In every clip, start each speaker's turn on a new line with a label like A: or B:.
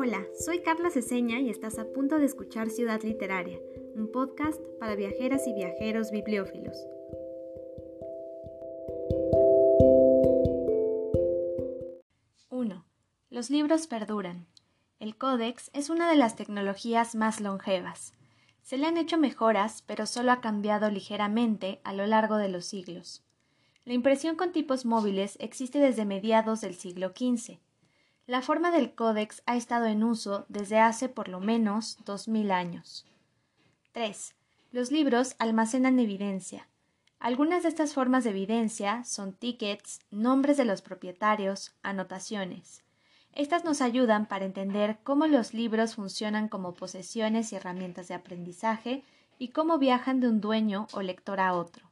A: Hola, soy Carla Ceseña y estás a punto de escuchar Ciudad Literaria, un podcast para viajeras y viajeros bibliófilos. Uno. Los libros perduran. El códex es una de las tecnologías más longevas. Se le han hecho mejoras, pero solo ha cambiado ligeramente a lo largo de los siglos. La impresión con tipos móviles existe desde mediados del siglo XV. La forma del códex ha estado en uso desde hace por lo menos 2000 años. 3. Los libros almacenan evidencia. Algunas de estas formas de evidencia son tickets, nombres de los propietarios, anotaciones. Estas nos ayudan para entender cómo los libros funcionan como posesiones y herramientas de aprendizaje y cómo viajan de un dueño o lector a otro.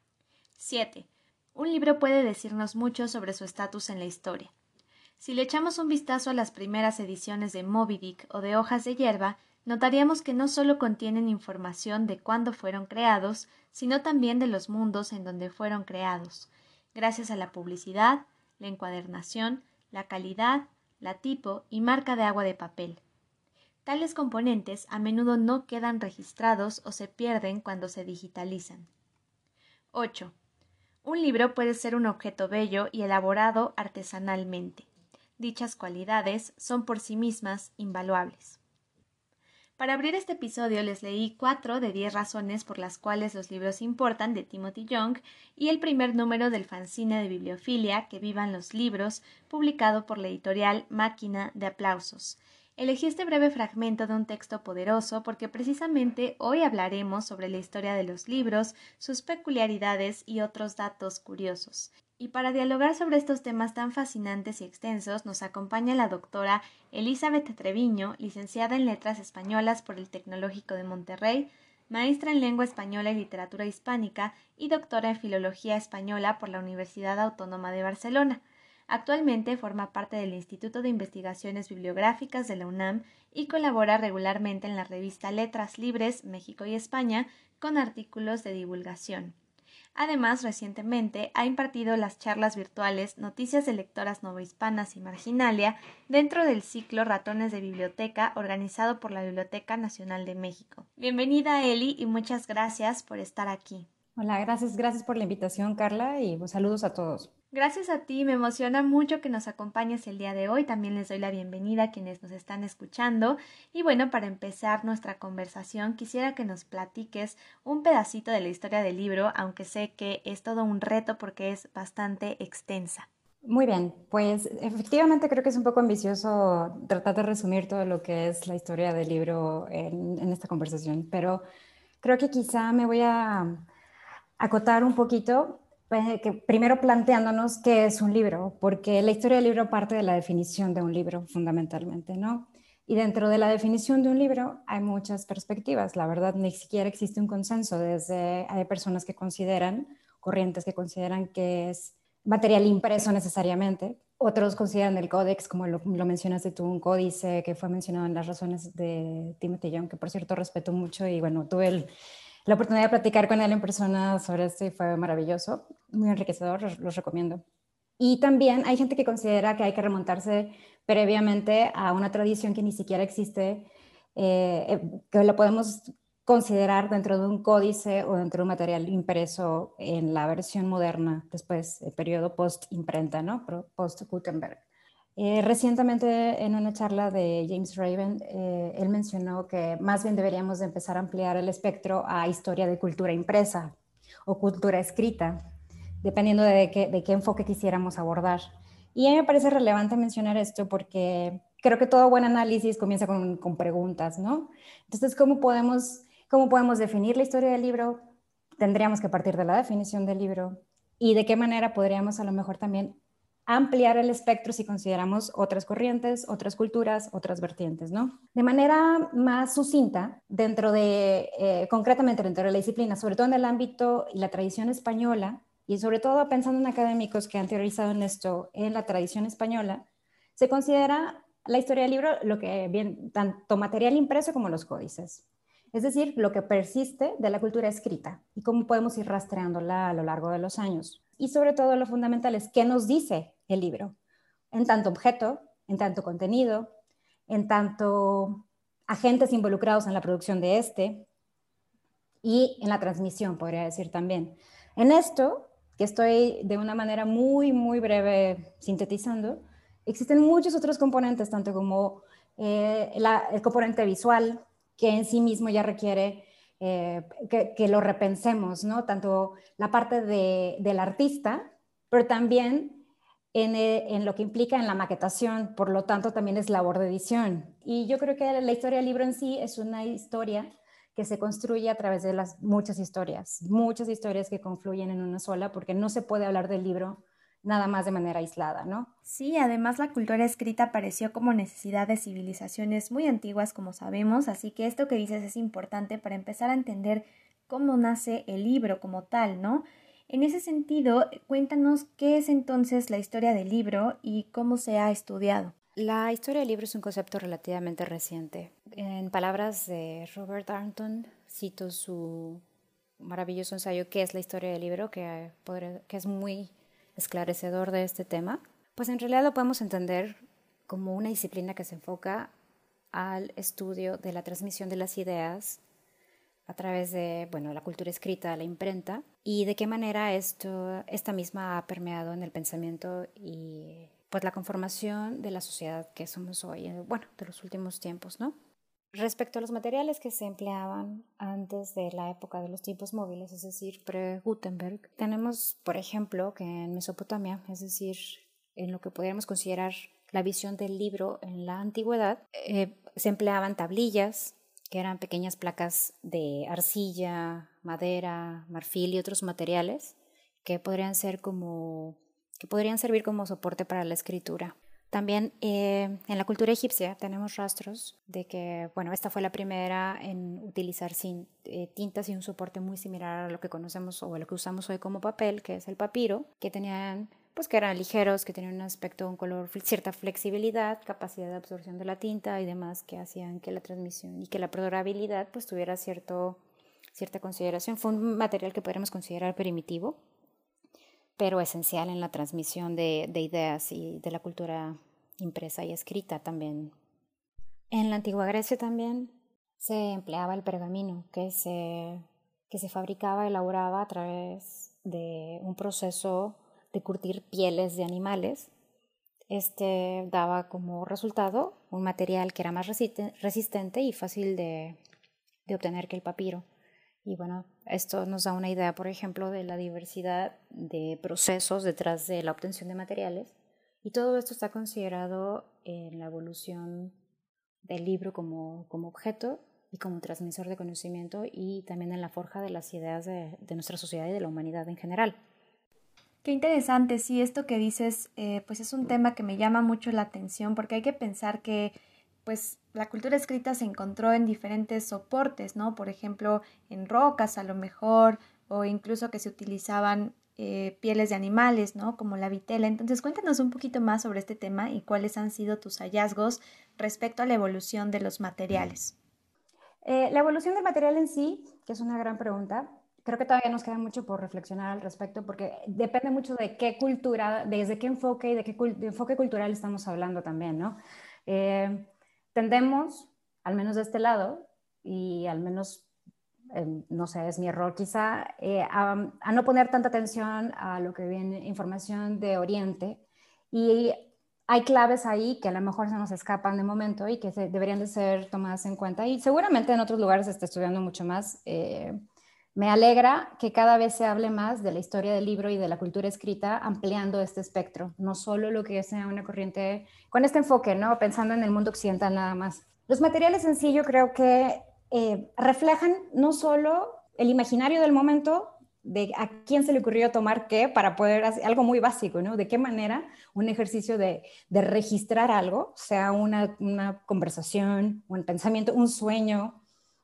A: 7. Un libro puede decirnos mucho sobre su estatus en la historia. Si le echamos un vistazo a las primeras ediciones de Moby Dick o de Hojas de Hierba, notaríamos que no solo contienen información de cuándo fueron creados, sino también de los mundos en donde fueron creados, gracias a la publicidad, la encuadernación, la calidad, la tipo y marca de agua de papel. Tales componentes a menudo no quedan registrados o se pierden cuando se digitalizan. 8. Un libro puede ser un objeto bello y elaborado artesanalmente. Dichas cualidades son por sí mismas invaluables. Para abrir este episodio les leí 4 de 10 razones por las cuales los libros importan de Timothy Young y el primer número del fanzine de bibliofilia Que vivan los libros, publicado por la editorial Máquina de Aplausos. Elegí este breve fragmento de un texto poderoso porque precisamente hoy hablaremos sobre la historia de los libros, sus peculiaridades y otros datos curiosos. Y para dialogar sobre estos temas tan fascinantes y extensos nos acompaña la doctora Elizabeth Treviño, licenciada en Letras Españolas por el Tecnológico de Monterrey, maestra en Lengua Española y Literatura Hispánica y doctora en Filología Española por la Universidad Autónoma de Barcelona. Actualmente forma parte del Instituto de Investigaciones Bibliográficas de la UNAM y colabora regularmente en la revista Letras Libres, México y España, con artículos de divulgación. Además, recientemente ha impartido las charlas virtuales Noticias de Lectoras Novohispanas y Marginalia dentro del ciclo Ratones de Biblioteca organizado por la Biblioteca Nacional de México. Bienvenida, Eli, y muchas gracias por estar aquí.
B: Hola, gracias por la invitación, Carla, y saludos a todos.
A: Gracias a ti, me emociona mucho que nos acompañes el día de hoy. También les doy la bienvenida a quienes nos están escuchando. Y bueno, para empezar nuestra conversación, quisiera que nos platiques un pedacito de la historia del libro, aunque sé que es todo un reto porque es bastante extensa.
B: Muy bien, pues efectivamente creo que es un poco ambicioso tratar de resumir todo lo que es la historia del libro en esta conversación, pero creo que quizá me voy a acotar un poquito, que primero planteándonos qué es un libro, porque la historia del libro parte de la definición de un libro fundamentalmente, ¿no? Y dentro de la definición de un libro hay muchas perspectivas. La verdad, ni siquiera existe un consenso. Hay personas que consideran, corrientes que consideran que es material impreso necesariamente. Otros consideran el códex, como lo mencionaste tú, un códice que fue mencionado en las razones de Timothy Young, que por cierto respeto mucho y bueno, tuve la oportunidad de platicar con él en persona sobre esto y fue maravilloso, muy enriquecedor, los recomiendo. Y también hay gente que considera que hay que remontarse previamente a una tradición que ni siquiera existe, que la podemos considerar dentro de un códice o dentro de un material impreso en la versión moderna, después el periodo post-imprenta, ¿no? Post-Gutenberg. Recientemente en una charla de James Raven, él mencionó que más bien deberíamos de empezar a ampliar el espectro a historia de cultura impresa o cultura escrita, dependiendo de qué enfoque quisiéramos abordar. Y a mí me parece relevante mencionar esto porque creo que todo buen análisis comienza con preguntas, ¿no? Entonces, ¿cómo podemos definir la historia del libro? Tendríamos que partir de la definición del libro y de qué manera podríamos a lo mejor también ampliar el espectro si consideramos otras corrientes, otras culturas, otras vertientes, ¿no? De manera más sucinta, concretamente dentro de la disciplina, sobre todo en el ámbito y la tradición española, y sobre todo pensando en académicos que han teorizado en esto, en la tradición española, se considera la historia del libro lo que bien, tanto material impreso como los códices. Es decir, lo que persiste de la cultura escrita y cómo podemos ir rastreándola a lo largo de los años. Y sobre todo lo fundamental es qué nos dice el libro, en tanto objeto, en tanto contenido, en tanto agentes involucrados en la producción de este y en la transmisión, podría decir también. En esto, que estoy de una manera muy, muy breve sintetizando, existen muchos otros componentes, tanto como el componente visual, que en sí mismo ya requiere que lo repensemos, ¿no? Tanto la parte del artista, pero también en lo que implica en la maquetación, por lo tanto también es labor de edición. Y yo creo que la historia del libro en sí es una historia que se construye a través de las muchas historias que confluyen en una sola, porque no se puede hablar del libro nada más de manera aislada, ¿no?
A: Sí, además la cultura escrita apareció como necesidad de civilizaciones muy antiguas, como sabemos, así que esto que dices es importante para empezar a entender cómo nace el libro como tal, ¿no? En ese sentido, cuéntanos qué es entonces la historia del libro y cómo se ha estudiado.
B: La historia del libro es un concepto relativamente reciente. En palabras de Robert Arnton, cito su maravilloso ensayo ¿Qué es la historia del libro?, que es muy esclarecedor de este tema. Pues en realidad lo podemos entender como una disciplina que se enfoca al estudio de la transmisión de las ideas a través de, bueno, la cultura escrita, la imprenta, y de qué manera esta misma ha permeado en el pensamiento y pues la conformación de la sociedad que somos hoy, bueno, de los últimos tiempos, ¿no? Respecto a los materiales que se empleaban antes de la época de los tiempos móviles, es decir, pre-Gutenberg, tenemos, por ejemplo, que en Mesopotamia, es decir, en lo que podríamos considerar la visión del libro en la antigüedad, se empleaban tablillas, que eran pequeñas placas de arcilla, madera, marfil y otros materiales que podrían servir como soporte para la escritura. También en la cultura egipcia tenemos rastros de que, bueno, esta fue la primera en utilizar tintas y un soporte muy similar a lo que conocemos o a lo que usamos hoy como papel, que es el papiro, que tenían, pues que eran ligeros, que tenían un aspecto, un color, cierta flexibilidad, capacidad de absorción de la tinta y demás que hacían que la transmisión y que la perdurabilidad pues tuviera cierta consideración. Fue un material que podríamos considerar primitivo, pero esencial en la transmisión de ideas y de la cultura impresa y escrita también. En la antigua Grecia también se empleaba el pergamino, que se fabricaba, elaboraba a través de un proceso de curtir pieles de animales. Este daba como resultado un material que era más resistente y fácil de obtener que el papiro. Y bueno, esto nos da una idea, por ejemplo, de la diversidad de procesos detrás de la obtención de materiales. Y todo esto está considerado en la evolución del libro como objeto y como transmisor de conocimiento y también en la forja de las ideas de nuestra sociedad y de la humanidad en general.
A: Qué interesante, sí, esto que dices, pues es un tema que me llama mucho la atención porque hay que pensar que pues la cultura escrita se encontró en diferentes soportes, ¿no? Por ejemplo, en rocas a lo mejor, o incluso que se utilizaban pieles de animales, ¿no? Como la vitela. Entonces, cuéntanos un poquito más sobre este tema y cuáles han sido tus hallazgos respecto a la evolución de los materiales.
B: La evolución del material en sí, que es una gran pregunta, creo que todavía nos queda mucho por reflexionar al respecto, porque depende mucho de qué cultura, desde qué enfoque y de qué de enfoque cultural estamos hablando también, ¿no? Eh, Tendemos, al menos de este lado, y al menos, no sé, es mi error quizá, a no poner tanta atención a lo que viene información de Oriente y hay claves ahí que a lo mejor se nos escapan de momento y que deberían de ser tomadas en cuenta y seguramente en otros lugares se está estudiando mucho más. Me alegra que cada vez se hable más de la historia del libro y de la cultura escrita, ampliando este espectro, no solo lo que sea una corriente con este enfoque, ¿no? Pensando en el mundo occidental nada más. Los materiales en sí yo creo que reflejan no solo el imaginario del momento, de a quién se le ocurrió tomar qué para poder hacer algo muy básico, ¿no? De qué manera un ejercicio de registrar algo, sea una conversación, un pensamiento, un sueño,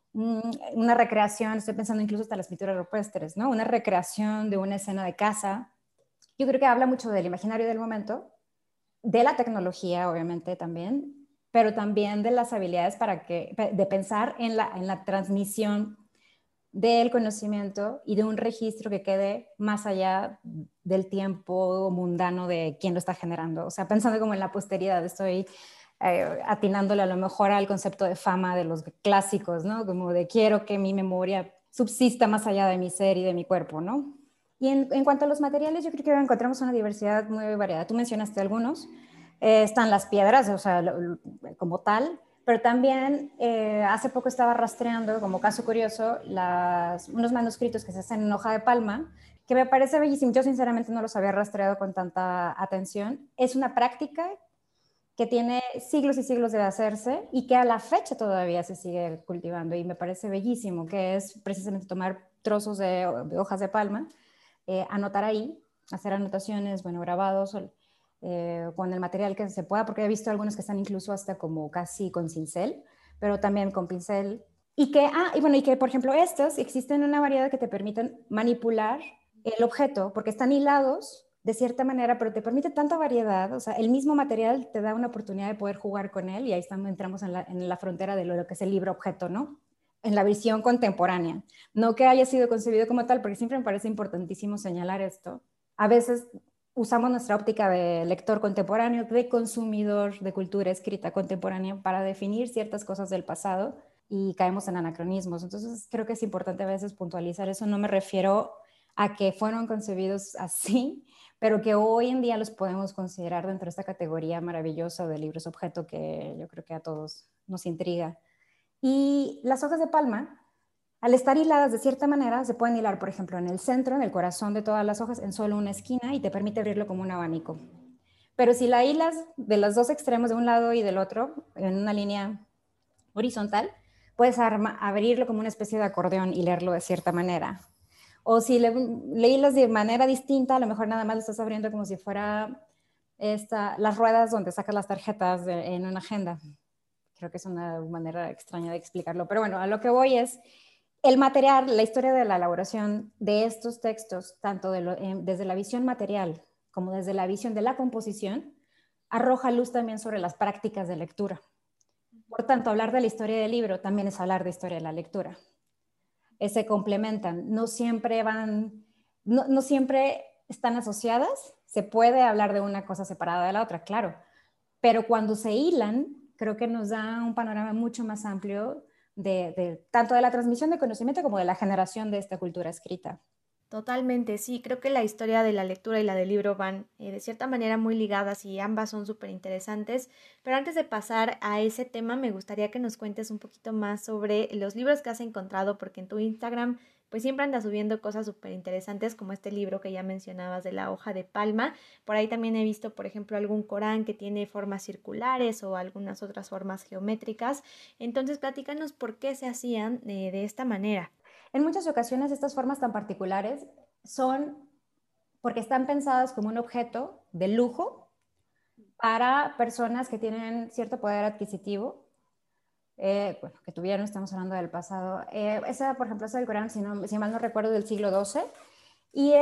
B: una recreación, estoy pensando incluso hasta las pinturas rupestres, ¿no? Una recreación de una escena de casa. Yo creo que habla mucho del imaginario del momento, de la tecnología, obviamente, también, pero también de las habilidades de pensar en la transmisión del conocimiento y de un registro que quede más allá del tiempo mundano de quien lo está generando. O sea, pensando como en la posteridad, estoy atinándole a lo mejor al concepto de fama de los clásicos, ¿no? Como de quiero que mi memoria subsista más allá de mi ser y de mi cuerpo, ¿no? Y en cuanto a los materiales, yo creo que encontramos una diversidad muy variada. Tú mencionaste algunos. Están las piedras, o sea, como tal, pero también hace poco estaba rastreando, como caso curioso, unos manuscritos que se hacen en hoja de palma, que me parece bellísimo. Yo sinceramente no los había rastreado con tanta atención. Es una práctica que tiene siglos y siglos de hacerse y que a la fecha todavía se sigue cultivando y me parece bellísimo, que es precisamente tomar trozos de hojas de palma, anotar ahí, hacer anotaciones, bueno, grabados, con el material que se pueda, porque he visto algunos que están incluso hasta como casi con cincel, pero también con pincel. Y que por ejemplo estos existen una variedad que te permiten manipular el objeto, porque están hilados de cierta manera, pero te permite tanta variedad, o sea, el mismo material te da una oportunidad de poder jugar con él y ahí estamos, entramos en la frontera de lo que es el libro-objeto, ¿no? En la visión contemporánea. No que haya sido concebido como tal, porque siempre me parece importantísimo señalar esto. A veces usamos nuestra óptica de lector contemporáneo, de consumidor de cultura escrita contemporánea para definir ciertas cosas del pasado y caemos en anacronismos. Entonces creo que es importante a veces puntualizar eso. No me refiero a que fueron concebidos así, pero que hoy en día los podemos considerar dentro de esta categoría maravillosa de libros objeto que yo creo que a todos nos intriga. Y las hojas de palma, al estar hiladas de cierta manera, se pueden hilar, por ejemplo, en el centro, en el corazón de todas las hojas, en solo una esquina y te permite abrirlo como un abanico. Pero si la hilas de los dos extremos, de un lado y del otro, en una línea horizontal, puedes abrirlo como una especie de acordeón y leerlo de cierta manera. O si le hilas de manera distinta, a lo mejor nada más lo estás abriendo como si fuera las ruedas donde sacas las tarjetas en una agenda. Creo que es una manera extraña de explicarlo, pero bueno, a lo que voy es el material, la historia de la elaboración de estos textos, tanto desde la visión material como desde la visión de la composición, arroja luz también sobre las prácticas de lectura. Por tanto, hablar de la historia del libro también es hablar de historia de la lectura. Se complementan, no siempre están asociadas, se puede hablar de una cosa separada de la otra, claro, pero cuando se hilan, creo que nos da un panorama mucho más amplio tanto de la transmisión de conocimiento como de la generación de esta cultura escrita.
A: Totalmente, sí, creo que la historia de la lectura y la del libro van de cierta manera muy ligadas y ambas son súper interesantes, pero antes de pasar a ese tema me gustaría que nos cuentes un poquito más sobre los libros que has encontrado, porque en tu Instagram pues siempre andas subiendo cosas súper interesantes como este libro que ya mencionabas de la hoja de palma. Por ahí también he visto, por ejemplo, algún Corán que tiene formas circulares o algunas otras formas geométricas. Entonces, platícanos por qué se hacían de esta manera.
B: En muchas ocasiones estas formas tan particulares son porque están pensadas como un objeto de lujo para personas que tienen cierto poder adquisitivo, bueno, que tuvieron, estamos hablando del pasado. Esa, por ejemplo, esa del Corán, si mal no recuerdo, del siglo XII, y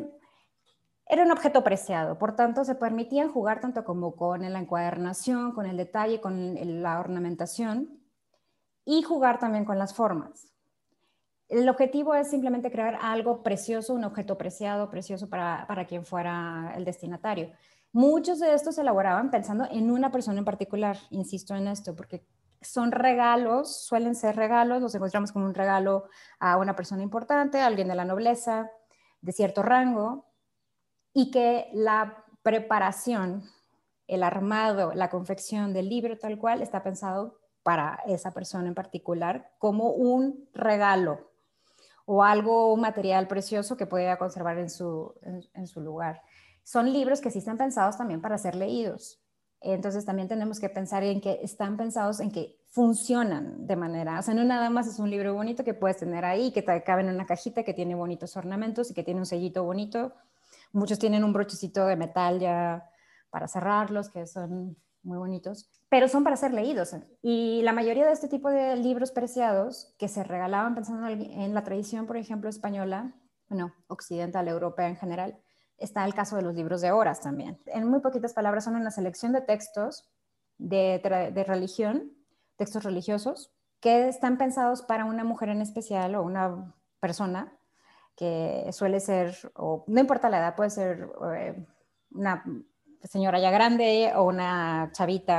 B: era un objeto preciado, por tanto se permitían jugar tanto como con la encuadernación, con el detalle, con la ornamentación, y jugar también con las formas. El objetivo es simplemente crear algo precioso, un objeto preciado, precioso para quien fuera el destinatario. Muchos de estos se elaboraban pensando en una persona en particular, insisto en esto, porque son regalos, suelen ser regalos, los encontramos como un regalo a una persona importante, a alguien de la nobleza, de cierto rango, y que la preparación, el armado, la confección del libro tal cual está pensado para esa persona en particular como un regalo o algo, un material precioso que pueda conservar en su lugar. Son libros que sí están pensados también para ser leídos. Entonces también tenemos que pensar en que están pensados en que funcionan de manera, o sea, no nada más es un libro bonito que puedes tener ahí, que te cabe en una cajita, que tiene bonitos ornamentos y que tiene un sellito bonito. Muchos tienen un brochecito de metal ya para cerrarlos, que son muy bonitos, pero son para ser leídos. Y la mayoría de este tipo de libros preciados que se regalaban pensando en la tradición, por ejemplo, española, bueno, occidental, europea en general, está el caso de los libros de horas también. En muy poquitas palabras, son una selección de textos de religión, textos religiosos, que están pensados para una mujer en especial o una persona que suele ser, o no importa la edad, puede ser una señora ya grande o una chavita,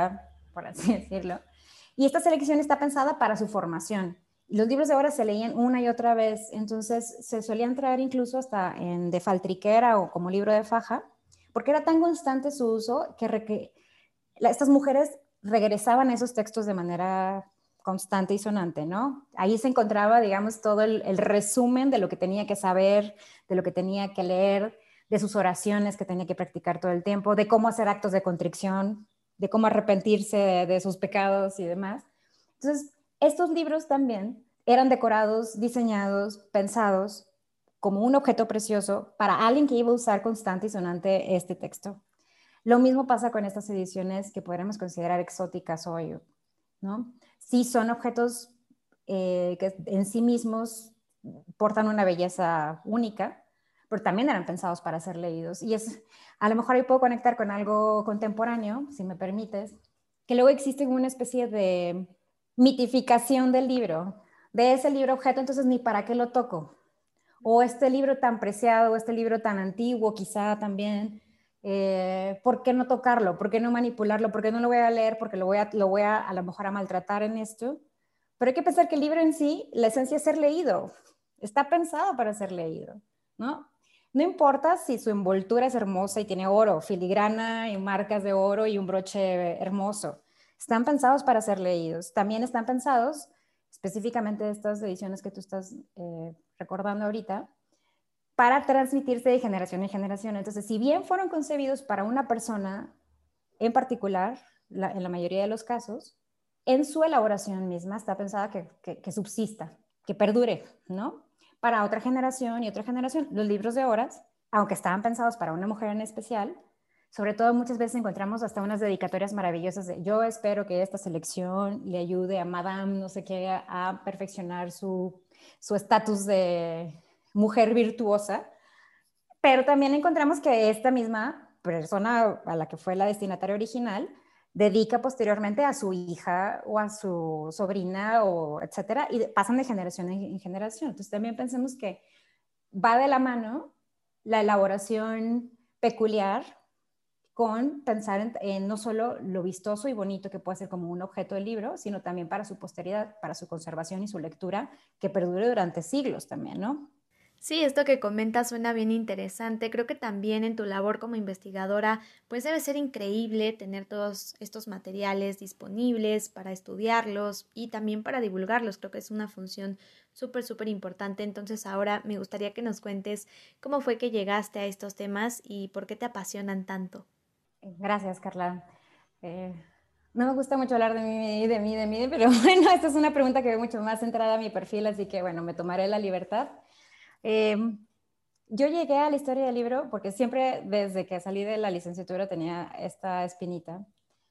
B: por así decirlo. Y esta selección está pensada para su formación. Los libros de ahora se leían una y otra vez, entonces se solían traer incluso hasta de faltriquera o como libro de faja, porque era tan constante su uso que estas mujeres regresaban a esos textos de manera constante y sonante, ¿no? Ahí se encontraba, digamos, todo el resumen de lo que tenía que saber, de lo que tenía que leer, de sus oraciones que tenía que practicar todo el tiempo, de cómo hacer actos de contrición, de cómo arrepentirse de sus pecados y demás. Entonces, estos libros también eran decorados, diseñados, pensados como un objeto precioso para alguien que iba a usar constante y sonante este texto. Lo mismo pasa con estas ediciones que podríamos considerar exóticas hoy, ¿no? Sí son objetos que en sí mismos portan una belleza única, pero también eran pensados para ser leídos. Y a lo mejor ahí puedo conectar con algo contemporáneo, si me permites, que luego existe una especie de mitificación del libro, de ese libro objeto, entonces ni para qué lo toco. O este libro tan preciado, o este libro tan antiguo quizá también, ¿por qué no tocarlo? ¿Por qué no manipularlo? ¿Por qué no lo voy a leer? Porque lo voy a lo mejor a maltratar en esto. Pero hay que pensar que el libro en sí, la esencia es ser leído. Está pensado para ser leído, ¿no? No importa si su envoltura es hermosa y tiene oro, filigrana y marcas de oro y un broche hermoso. Están pensados para ser leídos. También están pensados, específicamente estas ediciones que tú estás recordando ahorita, para transmitirse de generación en generación. Entonces, si bien fueron concebidos para una persona en particular, en la mayoría de los casos, en su elaboración misma está pensada que subsista, que perdure, ¿no? Para otra generación y otra generación. Los libros de horas, aunque estaban pensados para una mujer en especial, sobre todo muchas veces encontramos hasta unas dedicatorias maravillosas de yo espero que esta selección le ayude a Madame no sé qué a perfeccionar su estatus de mujer virtuosa, pero también encontramos que esta misma persona a la que fue la destinataria original dedica posteriormente a su hija o a su sobrina o etcétera y pasan de generación en generación. Entonces también pensemos que va de la mano la elaboración peculiar con pensar en no solo lo vistoso y bonito que puede ser como un objeto del libro, sino también para su posteridad, para su conservación y su lectura que perdure durante siglos también, ¿no?
A: Sí, esto que comentas suena bien interesante. Creo que también en tu labor como investigadora, pues debe ser increíble tener todos estos materiales disponibles para estudiarlos y también para divulgarlos. Creo que es una función súper importante. Entonces ahora me gustaría que nos cuentes cómo fue que llegaste a estos temas y por qué te apasionan tanto.
B: Gracias, Carla. Eh, no me gusta mucho hablar de mí, pero bueno, esta es una pregunta que ve mucho más centrada a mi perfil, así que bueno, me tomaré la libertad. Eh, yo llegué a la historia del libro porque siempre desde que salí de la licenciatura tenía esta espinita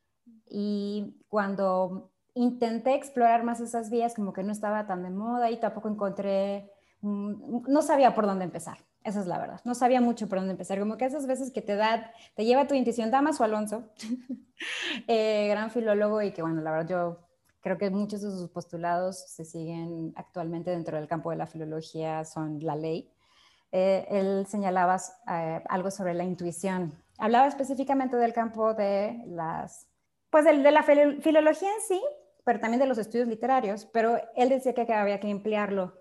B: y cuando intenté explorar más esas vías como que no estaba tan de moda y tampoco encontré, no sabía por dónde empezar. Esa es la verdad. No sabía mucho por dónde empezar. Como que esas veces que te lleva tu intuición, Damaso Alonso, gran filólogo y que bueno, la verdad yo creo que muchos de sus postulados se siguen actualmente dentro del campo de la filología, son la ley. Él señalaba algo sobre la intuición. Hablaba específicamente del campo de pues de la filología en sí, pero también de los estudios literarios, pero él decía que había que emplearlo,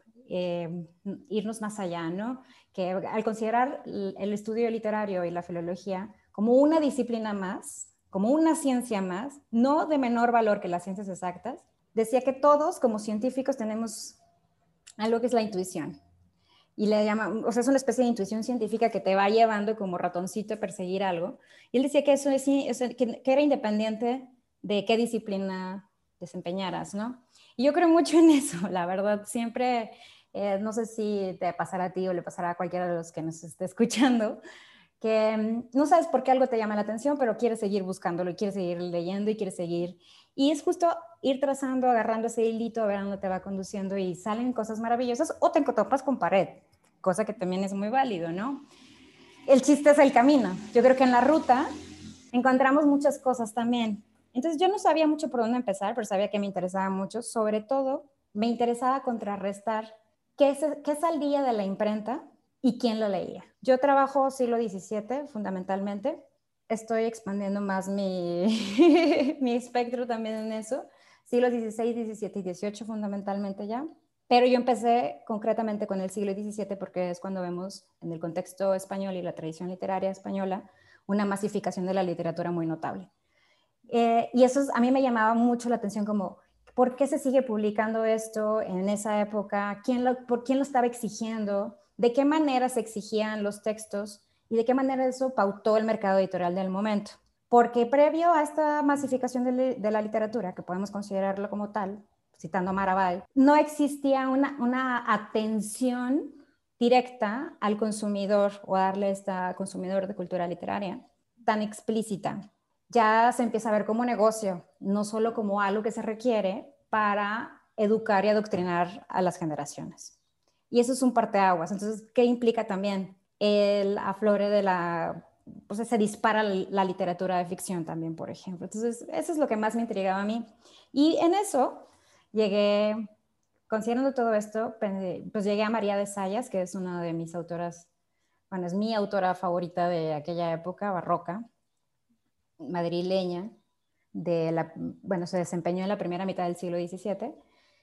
B: irnos más allá, ¿no? Que al considerar el estudio literario y la filología como una disciplina más, como una ciencia más, no de menor valor que las ciencias exactas, decía que todos como científicos tenemos algo que es la intuición. Y le llama, o sea, es una especie de intuición científica que te va llevando como ratoncito a perseguir algo. Y él decía que que era independiente de qué disciplina desempeñaras, ¿no? Y yo creo mucho en eso, la verdad. Siempre, no sé si te pasará a ti o le pasará a cualquiera de los que nos esté escuchando, que no sabes por qué algo te llama la atención, pero quieres seguir buscándolo y quieres seguir leyendo y quieres seguir. Y es justo ir trazando, agarrando ese hilito, a ver a dónde te va conduciendo y salen cosas maravillosas o te topas con pared, cosa que también es muy válido, ¿no? El chiste es el camino. Yo creo que en la ruta encontramos muchas cosas también. Entonces yo no sabía mucho por dónde empezar, pero sabía que me interesaba mucho. Sobre todo, me interesaba contrarrestar qué salía de la imprenta y quién lo leía. Yo trabajo siglo XVII fundamentalmente estoy expandiendo más mi, mi espectro también en eso. Siglos XVI, XVII y XVIII fundamentalmente ya. Pero yo empecé concretamente con el siglo XVII porque es cuando vemos en el contexto español y la tradición literaria española una masificación de la literatura muy notable. Y eso a mí me llamaba mucho la atención como, ¿por qué se sigue publicando esto en esa época? ¿Por quién lo estaba exigiendo? ¿De qué manera se exigían los textos? ¿Y de qué manera eso pautó el mercado editorial del momento? Porque previo a esta masificación de la literatura, que podemos considerarlo como tal, citando a Maraval, no existía una atención directa al consumidor o a darle esta consumidor de cultura literaria tan explícita. Ya se empieza a ver como negocio, no solo como algo que se requiere para educar y adoctrinar a las generaciones. Y eso es un parteaguas. Entonces, ¿qué implica también? El aflore de la, pues se dispara la literatura de ficción también, por ejemplo. Entonces, eso es lo que más me intrigaba a mí. Y en eso llegué, considerando todo esto, pues llegué a María de Sayas, que es una de mis autoras, bueno, es mi autora favorita de aquella época, barroca, madrileña, bueno, se desempeñó en la primera mitad del siglo XVII.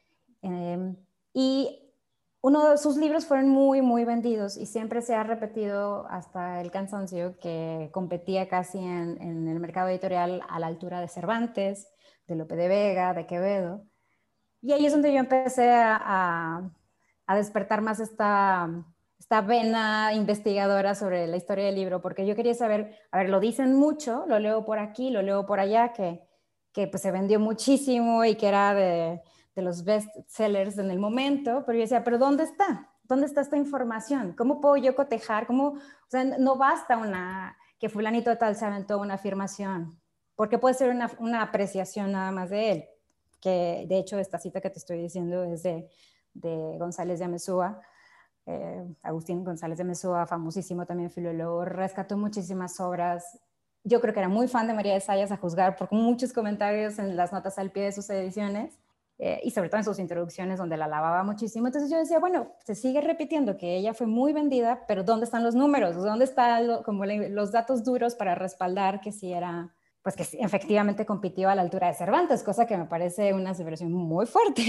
B: Y uno de sus libros fueron muy, muy vendidos y siempre se ha repetido hasta el cansancio que competía casi en el mercado editorial a la altura de Cervantes, de Lope de Vega, de Quevedo. Y ahí es donde yo empecé a despertar más esta vena investigadora sobre la historia del libro, porque yo quería saber, a ver, lo dicen mucho, lo leo por aquí, lo leo por allá, que pues se vendió muchísimo y que era de los best sellers en el momento, pero yo decía, pero ¿dónde está? ¿Dónde está esta información? ¿Cómo puedo yo cotejar? ¿Cómo? O sea, no basta que fulanito de tal se aventó una afirmación, porque puede ser una apreciación nada más de él, que de hecho esta cita que te estoy diciendo es de González de Amezúa. Agustín González de Mesúa, famosísimo también filólogo, rescató muchísimas obras. Yo creo que era muy fan de María de Sayas, a juzgar por muchos comentarios en las notas al pie de sus ediciones, y sobre todo en sus introducciones donde la alababa muchísimo. Entonces yo decía, bueno, se sigue repitiendo que ella fue muy vendida, pero ¿dónde están los números? ¿Dónde están como los datos duros para respaldar que sí era, pues que sí, efectivamente compitió a la altura de Cervantes, cosa que me parece una aseveración muy fuerte?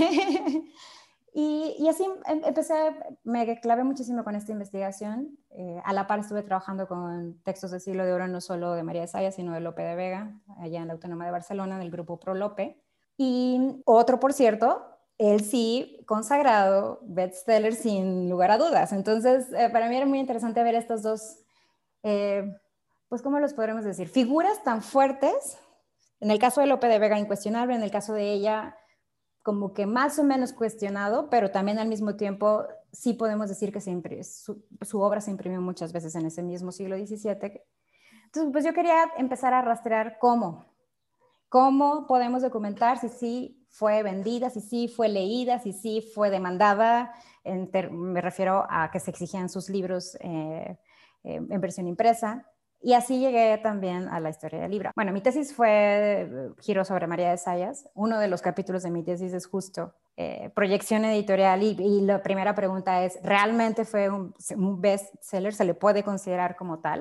B: Y así empecé, me clavé muchísimo con esta investigación. A la par estuve trabajando con textos del siglo de oro, no solo de María de Sayas, sino de Lope de Vega, allá en la Autónoma de Barcelona, del grupo Pro Lope. Y otro, por cierto, él sí, consagrado, bestseller sin lugar a dudas. Entonces, para mí era muy interesante ver estos dos, pues, ¿cómo los podremos decir? Figuras tan fuertes. En el caso de Lope de Vega, incuestionable. En el caso de ella, como que más o menos cuestionado, pero también al mismo tiempo sí podemos decir que su obra se imprimió muchas veces en ese mismo siglo XVII. Entonces, pues yo quería empezar a rastrear cómo podemos documentar si sí fue vendida, si sí fue leída, si sí fue demandada. Me refiero a que se exigían sus libros en versión impresa. Y así llegué también a la historia del libro. Bueno, mi tesis giró sobre María de Sayas. Uno de los capítulos de mi tesis es justo proyección editorial y la primera pregunta es, ¿realmente fue un bestseller? ¿Se le puede considerar como tal?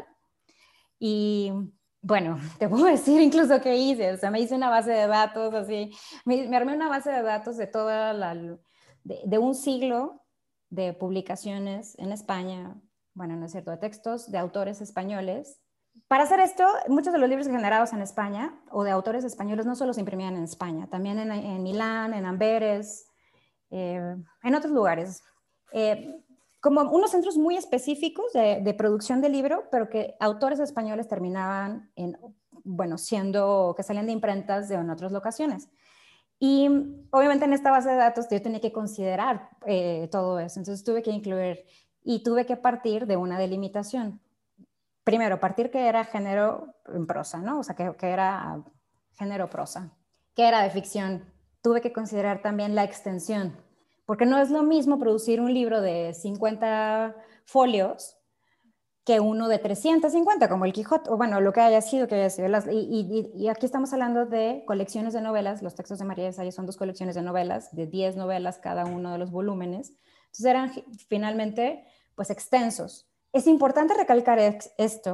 B: Y bueno, te puedo decir incluso qué hice. O sea, me hice una base de datos así. Me armé una base de datos de toda de un siglo de publicaciones en España, bueno, no es cierto, de textos de autores españoles. Para hacer esto, muchos de los libros generados en España o de autores españoles no solo se imprimían en España, también en Milán, en Amberes, en otros lugares. Como unos centros muy específicos de producción de libro, pero que autores españoles terminaban bueno, que salían de imprentas en otras locaciones. Y obviamente en esta base de datos yo tenía que considerar todo eso, entonces tuve que incluir y tuve que partir de una delimitación. Primero, partir que era género en prosa, ¿no? O sea, que era género prosa, que era de ficción. Tuve que considerar también la extensión, porque no es lo mismo producir un libro de 50 folios que uno de 350, como el Quijote, o bueno, lo que haya sido, que haya sido. Y aquí estamos hablando de colecciones de novelas. Los textos de María de Sayas son dos colecciones de novelas, de 10 novelas cada uno de los volúmenes. Entonces eran finalmente, pues, extensos. Es importante recalcar esto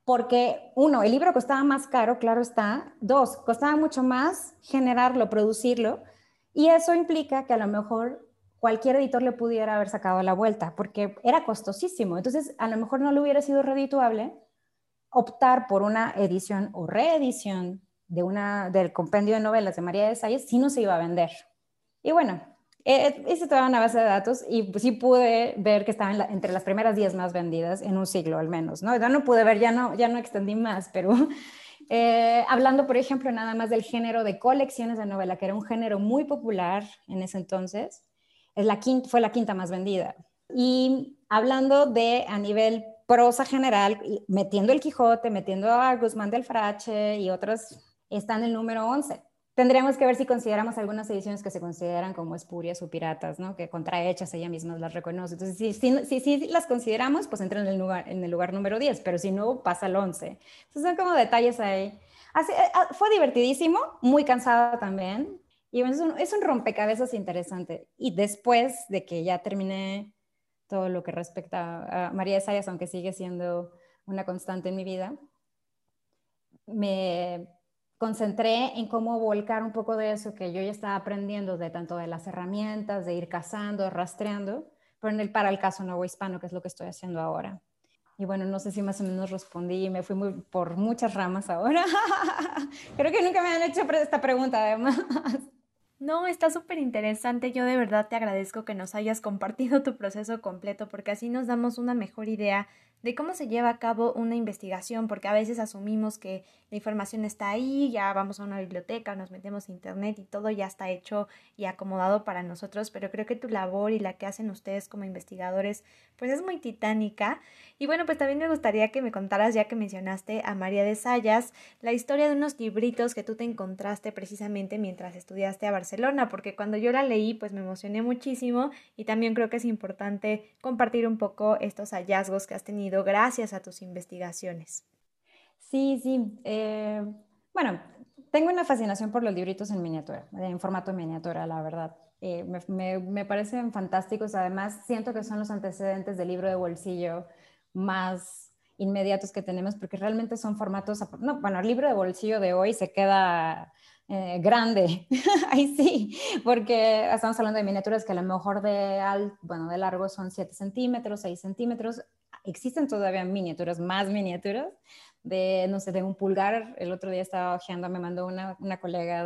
B: porque uno, el libro costaba más caro, claro está. Dos, costaba mucho más generarlo, producirlo, y eso implica que a lo mejor cualquier editor le pudiera haber sacado la vuelta, porque era costosísimo. Entonces, a lo mejor no le hubiera sido redituable optar por una edición o reedición del compendio de novelas de María de Salles si no se iba a vender. Y bueno, hice toda una base de datos y pues, sí pude ver que estaba entre las primeras 10 más vendidas en un siglo al menos, ¿no? Ya no pude ver, ya no extendí más, pero hablando, por ejemplo, nada más del género de colecciones de novela, que era un género muy popular en ese entonces, fue la quinta más vendida. Y hablando de a nivel prosa general, metiendo el Quijote, metiendo a Guzmán del Frache y otros, está en el número 11. Tendríamos que ver si consideramos algunas ediciones que se consideran como espurias o piratas, ¿no? Que contrahechas ella misma las reconoce. Entonces, si las consideramos, pues entra en el lugar número 10, pero si no, pasa al 11. Entonces son como detalles ahí. Así, fue divertidísimo, muy cansado también. Y bueno, es un rompecabezas interesante. Y después de que ya terminé todo lo que respecta a María de Sayas, aunque sigue siendo una constante en mi vida, me concentré en cómo volcar un poco de eso que yo ya estaba aprendiendo, de tanto de las herramientas, de ir cazando, rastreando, pero para el caso nuevo hispano, que es lo que estoy haciendo ahora. Y bueno, no sé si más o menos respondí, me fui por muchas ramas ahora. Creo que nunca me han hecho esta pregunta, además.
A: No, está súper interesante. Yo de verdad te agradezco que nos hayas compartido tu proceso completo porque así nos damos una mejor idea de cómo se lleva a cabo una investigación, porque a veces asumimos que la información está ahí, ya vamos a una biblioteca, nos metemos a internet y todo ya está hecho y acomodado para nosotros, pero creo que tu labor y la que hacen ustedes como investigadores pues es muy titánica. Y bueno, pues también me gustaría que me contaras, ya que mencionaste a María de Sayas, la historia de unos libritos que tú te encontraste precisamente mientras estudiaste a Barcelona, porque cuando yo la leí pues me emocioné muchísimo y también creo que es importante compartir un poco estos hallazgos que has tenido gracias a tus investigaciones.
B: Sí, sí. Bueno, tengo una fascinación por los libritos en miniatura, en formato miniatura, la verdad. Me parecen fantásticos. Además, siento que son los antecedentes del libro de bolsillo más inmediatos que tenemos, porque realmente son formatos. No, bueno, el libro de bolsillo de hoy se queda grande. Ahí sí, porque estamos hablando de miniaturas que a lo mejor bueno, de largo son 7 centímetros, 6 centímetros. Existen todavía miniaturas más miniaturas de, no sé, de un pulgar. El otro día estaba hojeando, me mandó una colega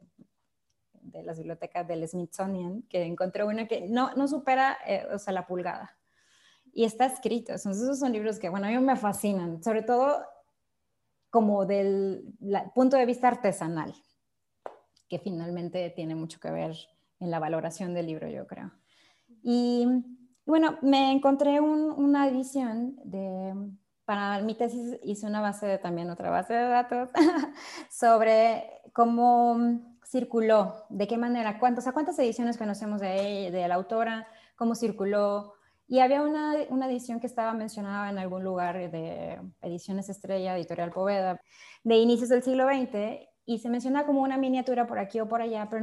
B: de las bibliotecas del Smithsonian que encontró una que no supera, o sea, la pulgada. Y está escrito. Entonces, esos son libros que, bueno, a mí me fascinan, sobre todo como punto de vista artesanal, que finalmente tiene mucho que ver en la valoración del libro, yo creo. Y bueno, me encontré una edición para mi tesis hice una también otra base de datos sobre cómo circuló, de qué manera, cuántas ediciones conocemos de la autora, cómo circuló. Y había una edición que estaba mencionada en algún lugar de Ediciones Estrella, Editorial Poveda, de inicios del siglo XX, y se menciona como una miniatura por aquí o por allá, pero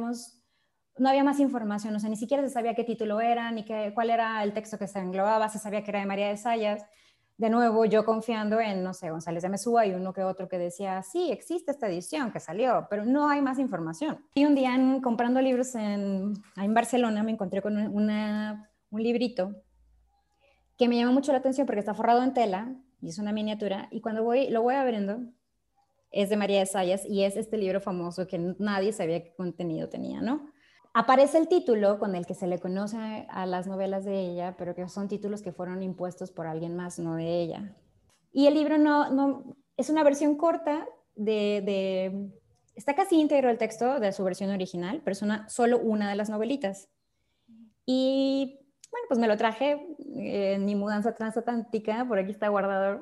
B: no había más información, o sea, ni siquiera se sabía qué título era, ni cuál era el texto que se englobaba, se sabía que era de María de Sayas. De nuevo, yo confiando en, no sé, González de Mesúa y uno que otro que decía, sí, existe esta edición que salió, pero no hay más información. Y un día comprando libros en Barcelona me encontré con un librito que me llamó mucho la atención porque está forrado en tela y es una miniatura, y cuando lo voy abriendo, es de María de Sayas y es este libro famoso que nadie sabía qué contenido tenía, ¿no? Aparece el título con el que se le conoce a las novelas de ella, pero que son títulos que fueron impuestos por alguien más, no de ella. Y el libro es una versión corta está casi íntegro el texto de su versión original, pero es solo una de las novelitas. Y bueno, pues me lo traje en mi mudanza transatlántica, por aquí está guardado.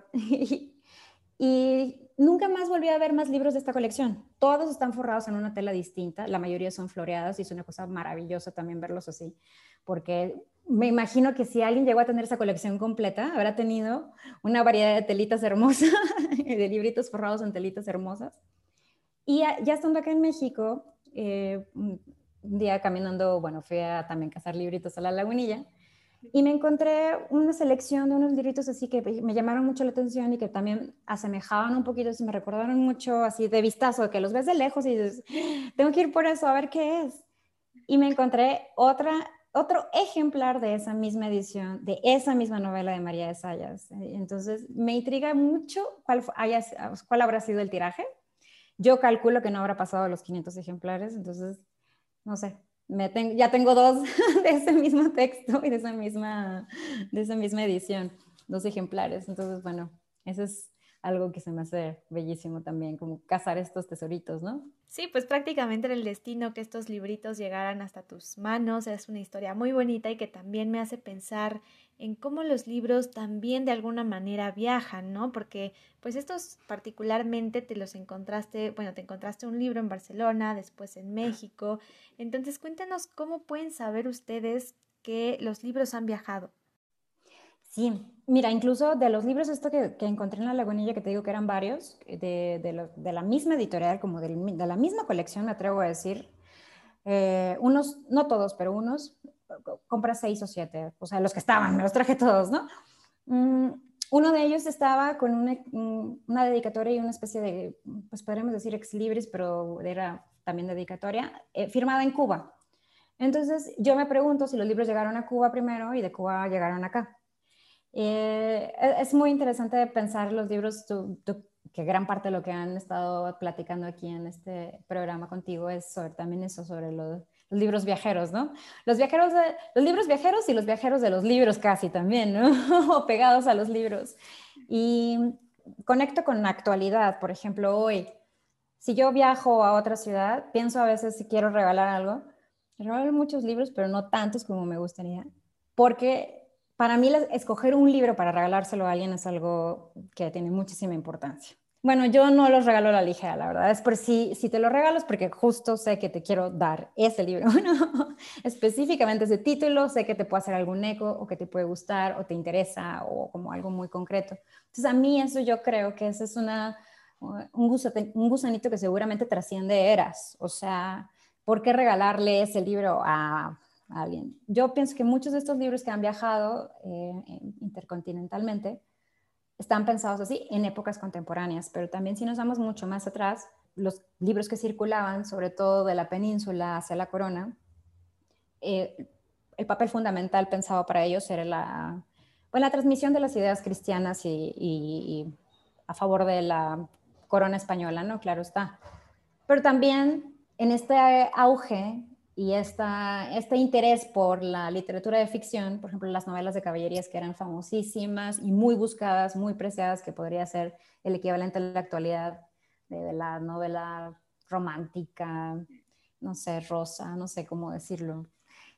B: Y nunca más volví a ver más libros de esta colección. Todos están forrados en una tela distinta, la mayoría son floreadas y es una cosa maravillosa también verlos así, porque me imagino que si alguien llegó a tener esa colección completa, habrá tenido una variedad de telitas hermosas, de libritos forrados en telitas hermosas. Y ya estando acá en México, un día caminando, bueno, fui a también cazar libritos a la Lagunilla Y me encontré una selección de unos libritos así que me llamaron mucho la atención y que también asemejaban un poquito, me recordaron mucho así de vistazo, que los ves de lejos y dices, tengo que ir por eso a ver qué es. Y me encontré otro ejemplar de esa misma edición, de esa misma novela de María de Sayas. Entonces, me intriga mucho cuál habrá sido el tiraje. Yo calculo que no habrá pasado los 500 ejemplares, entonces, no sé, ya tengo dos de ese mismo texto y de esa misma edición, dos ejemplares. Entonces, bueno, eso es algo que se me hace bellísimo también, como cazar estos tesoritos, ¿no?
A: Sí, pues prácticamente era el destino que estos libritos llegaran hasta tus manos. Es una historia muy bonita y que también me hace pensar en cómo los libros también de alguna manera viajan, ¿no? Porque pues estos particularmente te los encontraste, bueno, te encontraste un libro en Barcelona, después en México. Entonces cuéntanos cómo pueden saber ustedes que los libros han viajado.
B: Sí, mira, incluso de los libros esto que encontré en La Lagunilla, que te digo que eran varios, de la misma editorial, como de la misma colección, me atrevo a decir, unos, no todos, pero unos, compras 6 o 7, o sea, los que estaban, me los traje todos, ¿no? Mm, uno de ellos estaba con una dedicatoria y una especie de, pues podríamos decir ex libris, pero era también dedicatoria, firmada en Cuba. Entonces yo me pregunto si los libros llegaron a Cuba primero y de Cuba llegaron acá. Es muy interesante pensar los libros, que gran parte de lo que han estado platicando aquí en este programa contigo es también eso, sobre los libros viajeros, ¿no? Los libros viajeros y los viajeros de los libros casi también, ¿no? O pegados a los libros. Y conecto con la actualidad, por ejemplo, hoy, si yo viajo a otra ciudad, pienso a veces si quiero regalar algo, regalo muchos libros, pero no tantos como me gustaría, porque para mí escoger un libro para regalárselo a alguien es algo que tiene muchísima importancia. Bueno, yo no los regalo a la ligera, la verdad. Es por si te lo regalo es porque justo sé que te quiero dar ese libro, ¿no? Específicamente ese título, sé que te puede hacer algún eco o que te puede gustar o te interesa o como algo muy concreto. Entonces a mí eso yo creo que esa es un gusanito que seguramente trasciende eras. O sea, ¿por qué regalarle ese libro a alguien? Yo pienso que muchos de estos libros que han viajado intercontinentalmente están pensados así en épocas contemporáneas, pero también si nos vamos mucho más atrás, los libros que circulaban, sobre todo de la península hacia la corona, eh, el papel fundamental pensado para ellos era la transmisión de las ideas cristianas y a favor de la corona española, ¿no? Claro está. Pero también en este auge y este interés por la literatura de ficción, por ejemplo, las novelas de caballerías que eran famosísimas y muy buscadas, muy preciadas, que podría ser el equivalente en la actualidad de la novela romántica, no sé, rosa, no sé cómo decirlo.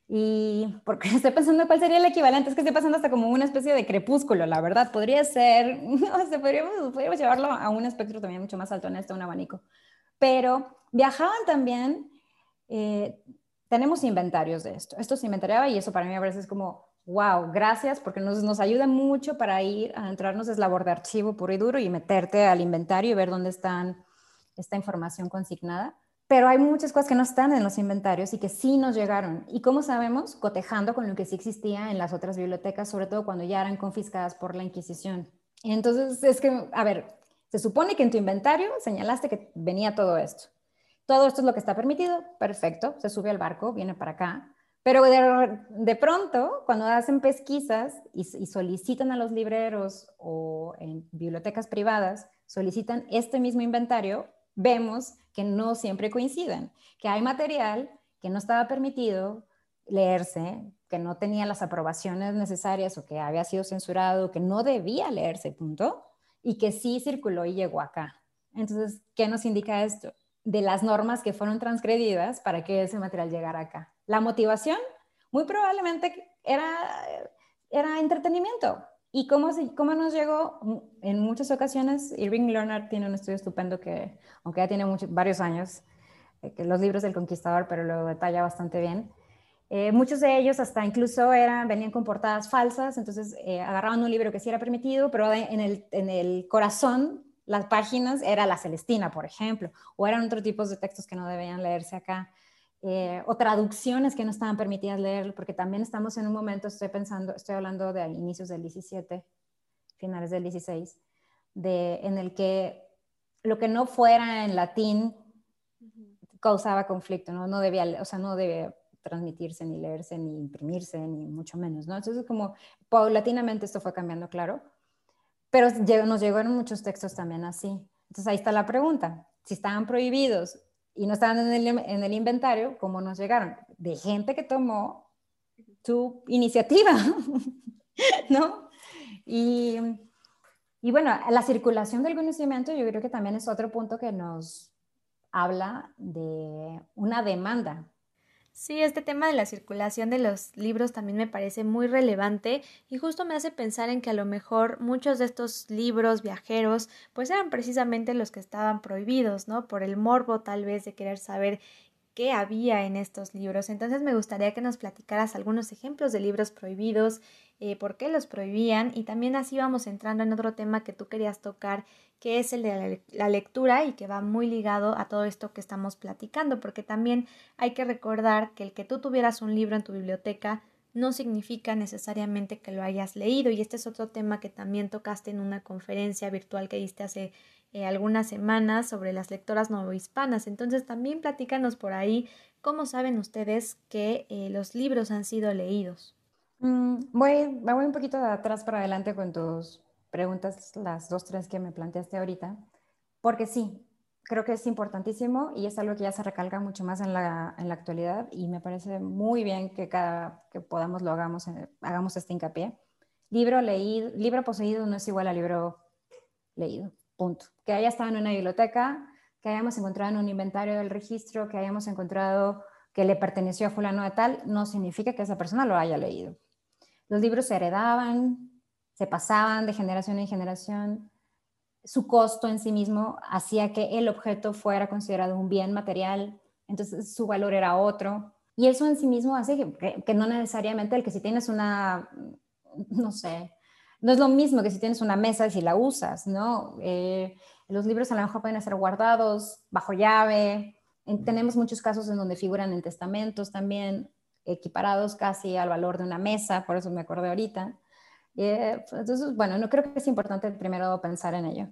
B: Y porque estoy pensando cuál sería el equivalente, es que estoy pasando hasta como una especie de crepúsculo, la verdad. Podría ser, no sé, podríamos llevarlo a un espectro también mucho más alto en un abanico. Pero viajaban también, eh, tenemos inventarios de esto. Esto se inventariaba y eso para mí a veces es como, wow, gracias, porque nos ayuda mucho para ir a entrarnos, es labor de archivo puro y duro y meterte al inventario y ver dónde están esta información consignada. Pero hay muchas cosas que no están en los inventarios y que sí nos llegaron. ¿Y cómo sabemos? Cotejando con lo que sí existía en las otras bibliotecas, sobre todo cuando ya eran confiscadas por la Inquisición. Y entonces es que, a ver, se supone que en tu inventario señalaste que venía todo esto. Todo esto es lo que está permitido, perfecto, se sube al barco, viene para acá. Pero de pronto, cuando hacen pesquisas y solicitan a los libreros o en bibliotecas privadas, solicitan este mismo inventario, vemos que no siempre coinciden, que hay material que no estaba permitido leerse, que no tenía las aprobaciones necesarias o que había sido censurado, que no debía leerse, punto, y que sí circuló y llegó acá. Entonces, ¿qué nos indica esto? De las normas que fueron transgredidas para que ese material llegara acá. La motivación, muy probablemente era entretenimiento. ¿Y cómo nos llegó? En muchas ocasiones, Irving Leonard tiene un estudio estupendo que, aunque ya tiene varios años, que los libros del Conquistador, pero lo detalla bastante bien. Muchos de ellos hasta incluso venían con portadas falsas, entonces agarraban un libro que sí era permitido, pero en el corazón, las páginas era la Celestina, por ejemplo, o eran otros tipos de textos que no debían leerse acá. o traducciones que no estaban permitidas leer, porque también estamos en un momento, estoy hablando de inicios del 17, finales del 16, en el que lo que no fuera en latín causaba conflicto, ¿no? No debía, o sea, no debía transmitirse, ni leerse, ni imprimirse, ni mucho menos, ¿no? Entonces, como paulatinamente esto fue cambiando, claro, pero nos llegaron muchos textos también así. Entonces, ahí está la pregunta. Si estaban prohibidos y no estaban en el inventario, ¿cómo nos llegaron? De gente que tomó su iniciativa, ¿no? Y, y bueno, la circulación del conocimiento yo creo que también es otro punto que nos habla de una demanda.
A: Sí, este tema de la circulación de los libros también me parece muy relevante y justo me hace pensar en que a lo mejor muchos de estos libros viajeros pues eran precisamente los que estaban prohibidos, ¿no? Por el morbo tal vez de querer saber qué había en estos libros. Entonces me gustaría que nos platicaras algunos ejemplos de libros prohibidos, por qué los prohibían y también así vamos entrando en otro tema que tú querías tocar, que es el de la lectura y que va muy ligado a todo esto que estamos platicando, porque también hay que recordar que el que tú tuvieras un libro en tu biblioteca no significa necesariamente que lo hayas leído y este es otro tema que también tocaste en una conferencia virtual que diste hace algunas semanas sobre las lectoras novohispanas. Entonces también platícanos por ahí cómo saben ustedes que los libros han sido leídos.
B: Me voy un poquito de atrás para adelante con tus preguntas, las dos, tres que me planteaste ahorita, porque sí, creo que es importantísimo y es algo que ya se recalca mucho más en la actualidad y me parece muy bien que cada que podamos lo hagamos, hagamos este hincapié. Libro leído, libro poseído no es igual a libro leído, punto. Que haya estado en una biblioteca, que hayamos encontrado en un inventario del registro, que hayamos encontrado que le perteneció a fulano de tal, no significa que esa persona lo haya leído. Los libros se heredaban, se pasaban de generación en generación. Su costo en sí mismo hacía que el objeto fuera considerado un bien material, entonces su valor era otro. Y eso en sí mismo hace que no necesariamente el que si tienes una, no sé, no es lo mismo que si tienes una mesa y si la usas, ¿no? Los libros a lo mejor pueden ser guardados bajo llave. Tenemos muchos casos en donde figuran en testamentos también, equiparados casi al valor de una mesa, por eso me acordé ahorita. Entonces, bueno, no creo que es importante primero pensar en ello.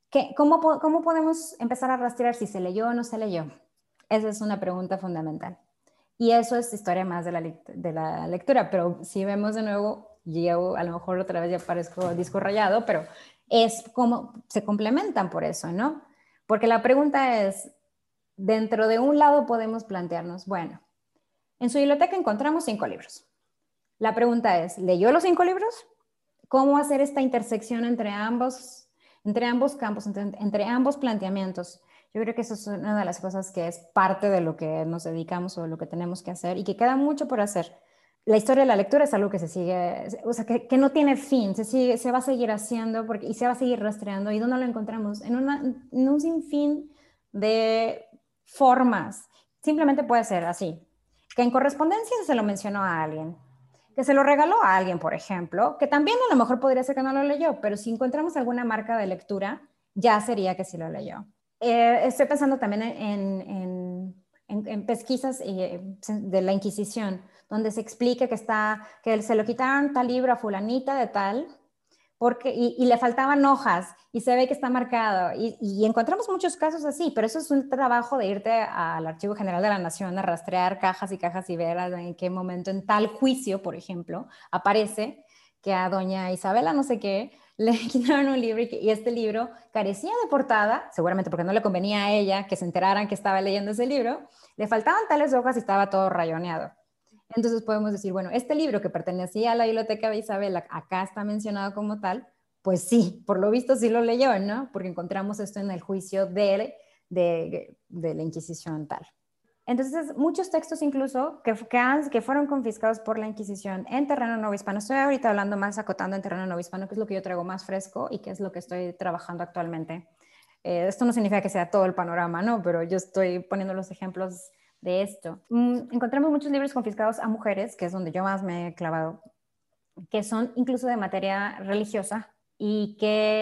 B: ¿Cómo podemos empezar a rastrear si se leyó o no se leyó? Esa es una pregunta fundamental. Y eso es historia más de la lectura, pero si vemos de nuevo, yo a lo mejor otra vez ya parezco disco rayado, pero es como se complementan por eso, ¿no? Porque la pregunta es, dentro de un lado podemos plantearnos, bueno, en su biblioteca encontramos 5 libros. La pregunta es, ¿leyó los 5 libros? ¿Cómo hacer esta intersección entre ambos campos, entre ambos planteamientos? Yo creo que eso es una de las cosas que es parte de lo que nos dedicamos o lo que tenemos que hacer y que queda mucho por hacer. La historia de la lectura es algo que se sigue, o sea, que no tiene fin, se va a seguir haciendo y se va a seguir rastreando. ¿Y dónde lo encontramos? En un sinfín de formas. Simplemente puede ser así, que en correspondencia se lo mencionó a alguien, que se lo regaló a alguien, por ejemplo, que también a lo mejor podría ser que no lo leyó, pero si encontramos alguna marca de lectura, ya sería que sí lo leyó. Estoy pensando también en pesquisas de la Inquisición, donde se explica que se lo quitaron tal libro a fulanita de tal, y le faltaban hojas y se ve que está marcado. Y encontramos muchos casos así, pero eso es un trabajo de irte al Archivo General de la Nación a rastrear cajas y cajas y ver en qué momento en tal juicio, por ejemplo, aparece que a doña Isabela no sé qué le quitaron un libro y este libro carecía de portada, seguramente porque no le convenía a ella que se enteraran que estaba leyendo ese libro, le faltaban tales hojas y estaba todo rayoneado. Entonces podemos decir, bueno, este libro que pertenecía a la biblioteca de Isabel, acá está mencionado como tal, pues sí, por lo visto sí lo leyó, ¿no? Porque encontramos esto en el juicio de la Inquisición tal. Entonces, muchos textos incluso que fueron confiscados por la Inquisición en terreno novohispano, estoy ahorita hablando más acotando en terreno novohispano, que es lo que yo traigo más fresco y que es lo que estoy trabajando actualmente. Esto no significa que sea todo el panorama, ¿no? Pero yo estoy poniendo los ejemplos de esto. Encontramos muchos libros confiscados a mujeres, que es donde yo más me he clavado, que son incluso de materia religiosa y que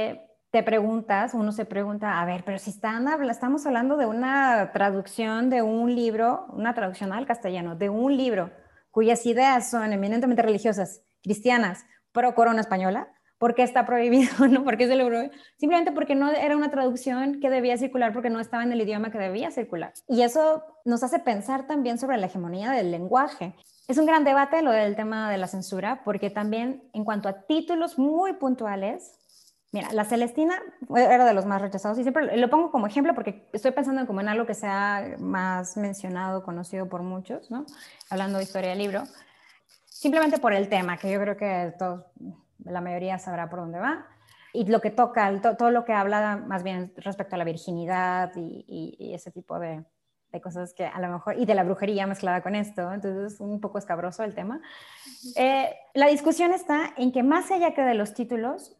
B: te preguntas, uno se pregunta, a ver, pero si estamos hablando de una traducción de un libro, una traducción al castellano, de un libro cuyas ideas son eminentemente religiosas, cristianas, pro corona española, ¿por qué está prohibido? ¿No? ¿Por qué se lo prohibió? Simplemente porque no era una traducción que debía circular porque no estaba en el idioma que debía circular. Y eso nos hace pensar también sobre la hegemonía del lenguaje. Es un gran debate lo del tema de la censura, porque también en cuanto a títulos muy puntuales, mira, La Celestina era de los más rechazados y siempre lo pongo como ejemplo porque estoy pensando como en algo que sea más mencionado, conocido por muchos, ¿no? Hablando de historia del libro, simplemente por el tema, que yo creo que todos, la mayoría sabrá por dónde va, y lo que toca, todo lo que habla más bien respecto a la virginidad y ese tipo de cosas que a lo mejor, y de la brujería mezclada con esto, entonces es un poco escabroso el tema. La discusión está en que más allá que de los títulos,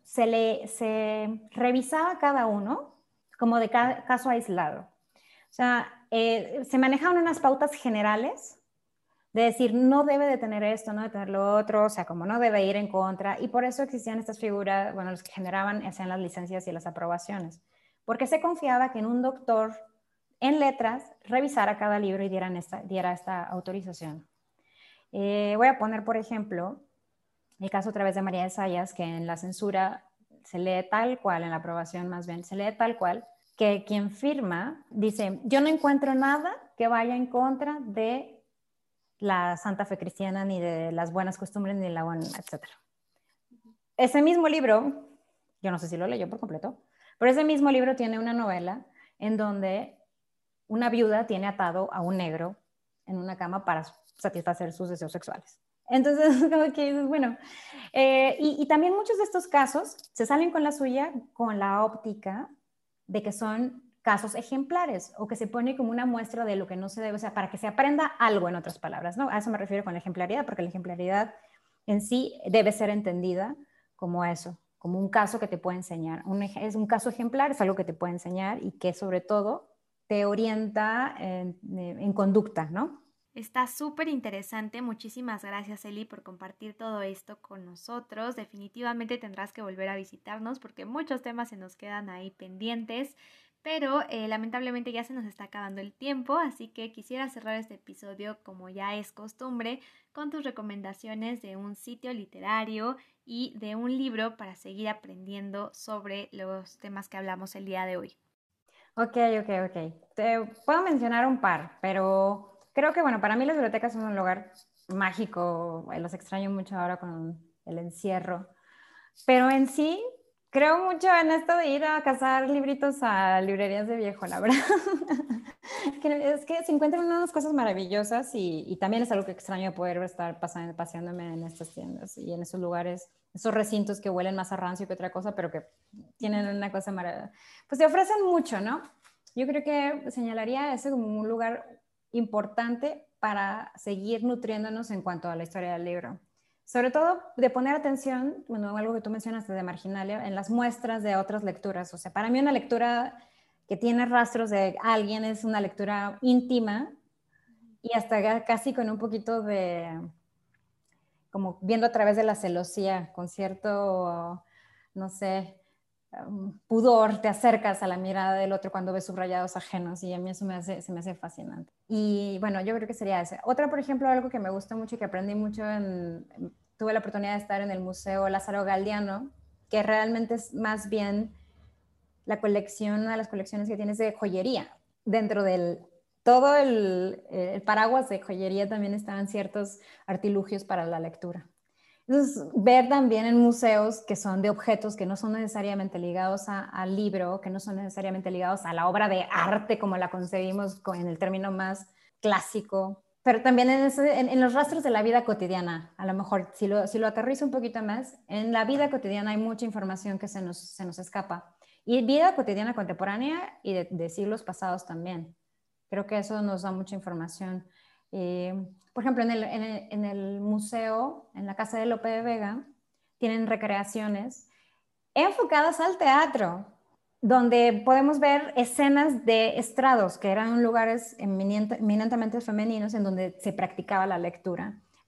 B: se revisaba cada uno como de caso aislado. O sea, se manejaban unas pautas generales de decir, no debe de tener esto, no debe tener lo otro, o sea, como no debe ir en contra, y por eso existían estas figuras, bueno, los que generaban hacían las licencias y las aprobaciones, porque se confiaba que en un doctor en letras revisara cada libro y diera esta autorización. Voy a poner, por ejemplo, el caso otra vez de María de Sayas, que en la censura se lee tal cual, en la aprobación más bien, se lee tal cual, que quien firma dice, yo no encuentro nada que vaya en contra de la santa fe cristiana, ni de las buenas costumbres, ni de la buena, etc. Ese mismo libro, yo no sé si lo leyó por completo, pero ese mismo libro tiene una novela en donde una viuda tiene atado a un negro en una cama para satisfacer sus deseos sexuales. Entonces, como que, bueno, y también muchos de estos casos se salen con la suya con la óptica de que son casos ejemplares o que se pone como una muestra de lo que no se debe, o sea, para que se aprenda algo, en otras palabras, ¿no? A eso me refiero con la ejemplaridad, porque la ejemplaridad en sí debe ser entendida como eso, como un caso que te puede enseñar. Es un caso ejemplar, es algo que te puede enseñar y que sobre todo te orienta en conducta, ¿no?
A: Está súper interesante. Muchísimas gracias, Eli, por compartir todo esto con nosotros. Definitivamente tendrás que volver a visitarnos porque muchos temas se nos quedan ahí pendientes, pero lamentablemente ya se nos está acabando el tiempo, así que quisiera cerrar este episodio como ya es costumbre con tus recomendaciones de un sitio literario y de un libro para seguir aprendiendo sobre los temas que hablamos el día de hoy.
B: Ok. Te puedo mencionar un par, pero creo que, bueno, para mí las bibliotecas son un lugar mágico, los extraño mucho ahora con el encierro, pero en sí creo mucho en esto de ir a cazar libritos a librerías de viejo, la verdad. Es que se encuentran unas cosas maravillosas y también es algo que extraño poder estar paseándome en estas tiendas y en esos lugares, esos recintos que huelen más a rancio que otra cosa, pero que tienen una cosa maravillosa. Pues te ofrecen mucho, ¿no? Yo creo que señalaría ese como un lugar importante para seguir nutriéndonos en cuanto a la historia del libro. Sobre todo de poner atención, bueno, algo que tú mencionaste de Marginalia, en las muestras de otras lecturas. O sea, para mí una lectura que tiene rastros de alguien es una lectura íntima y hasta casi con un poquito de, como viendo a través de la celosía, con cierto, no sé, pudor, te acercas a la mirada del otro cuando ves subrayados ajenos y a mí eso se me hace fascinante. Y bueno, yo creo que sería ese. Otra, por ejemplo, algo que me gusta mucho y que aprendí mucho, tuve la oportunidad de estar en el Museo Lázaro Galdiano, que realmente es más bien la colección, una de las colecciones que tienes de joyería. Dentro del todo el paraguas de joyería también estaban ciertos artilugios para la lectura. Entonces, ver también en museos que son de objetos que no son necesariamente ligados al libro, que no son necesariamente ligados a la obra de arte como la concebimos en el término más clásico, pero también en los rastros de la vida cotidiana. A lo mejor, si lo aterrizo un poquito más, en la vida cotidiana hay mucha información que se nos escapa. Y vida cotidiana contemporánea y de siglos pasados también. Creo que eso nos da mucha información. Por ejemplo, en el museo, en la casa de Lope de Vega, tienen recreaciones enfocadas al teatro, donde podemos ver escenas de estrados, que eran lugares eminentemente femeninos en donde se practicaba la lectura.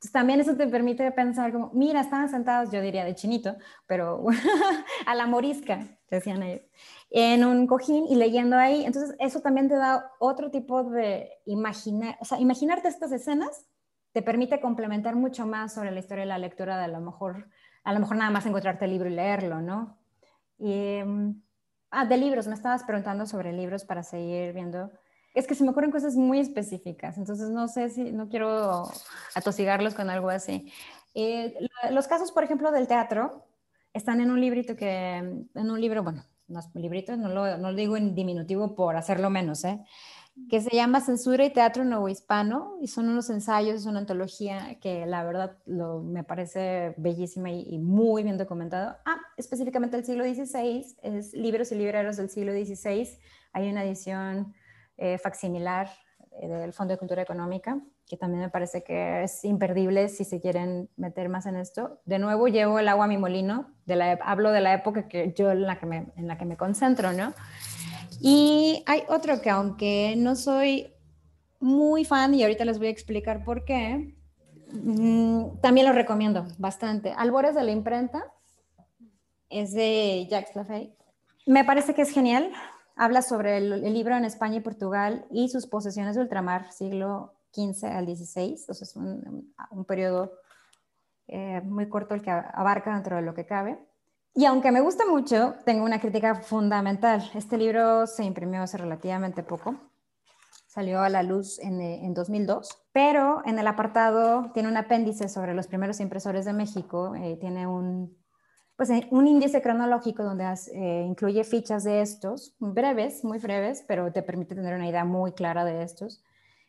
B: Entonces, también eso te permite pensar como, mira, estaban sentados, yo diría de chinito, pero a la morisca, decían ellos, en un cojín y leyendo ahí. Entonces, eso también te da otro tipo de imaginar, o sea, imaginarte estas escenas te permite complementar mucho más sobre la historia de la lectura de a lo mejor nada más encontrarte el libro y leerlo, ¿no? Y, de libros, me estabas preguntando sobre libros para seguir viendo. Es que se me ocurren cosas muy específicas, entonces no sé si, no quiero atosigarlos con algo así. Los casos, por ejemplo, del teatro, están en un librito en un libro, bueno, no es un librito, no lo digo en diminutivo por hacerlo menos, ¿eh? Que se llama Censura y Teatro Novohispano, y son unos ensayos, es una antología que la verdad me parece bellísima y muy bien documentado. Específicamente del siglo XVI, es libros y libreros del siglo XVI. Hay una edición facsimilar del Fondo de Cultura Económica, que también me parece que es imperdible si se quieren meter más en esto. De nuevo, llevo el agua a mi molino, hablo de la época que yo en la que me concentro, ¿no? Y hay otro que aunque no soy muy fan, y ahorita les voy a explicar por qué, también lo recomiendo bastante. Albores de la imprenta, es de Jacques Lafay. Me parece que es genial. Habla sobre el libro en España y Portugal y sus posesiones de ultramar, siglo XV al XVI. O sea, es un periodo muy corto el que abarca dentro de lo que cabe. Y aunque me gusta mucho, tengo una crítica fundamental. Este libro se imprimió hace relativamente poco. Salió a la luz en 2002, pero en el apartado tiene un apéndice sobre los primeros impresores de México. Tiene un índice cronológico donde incluye fichas de estos, muy breves, pero te permite tener una idea muy clara de estos.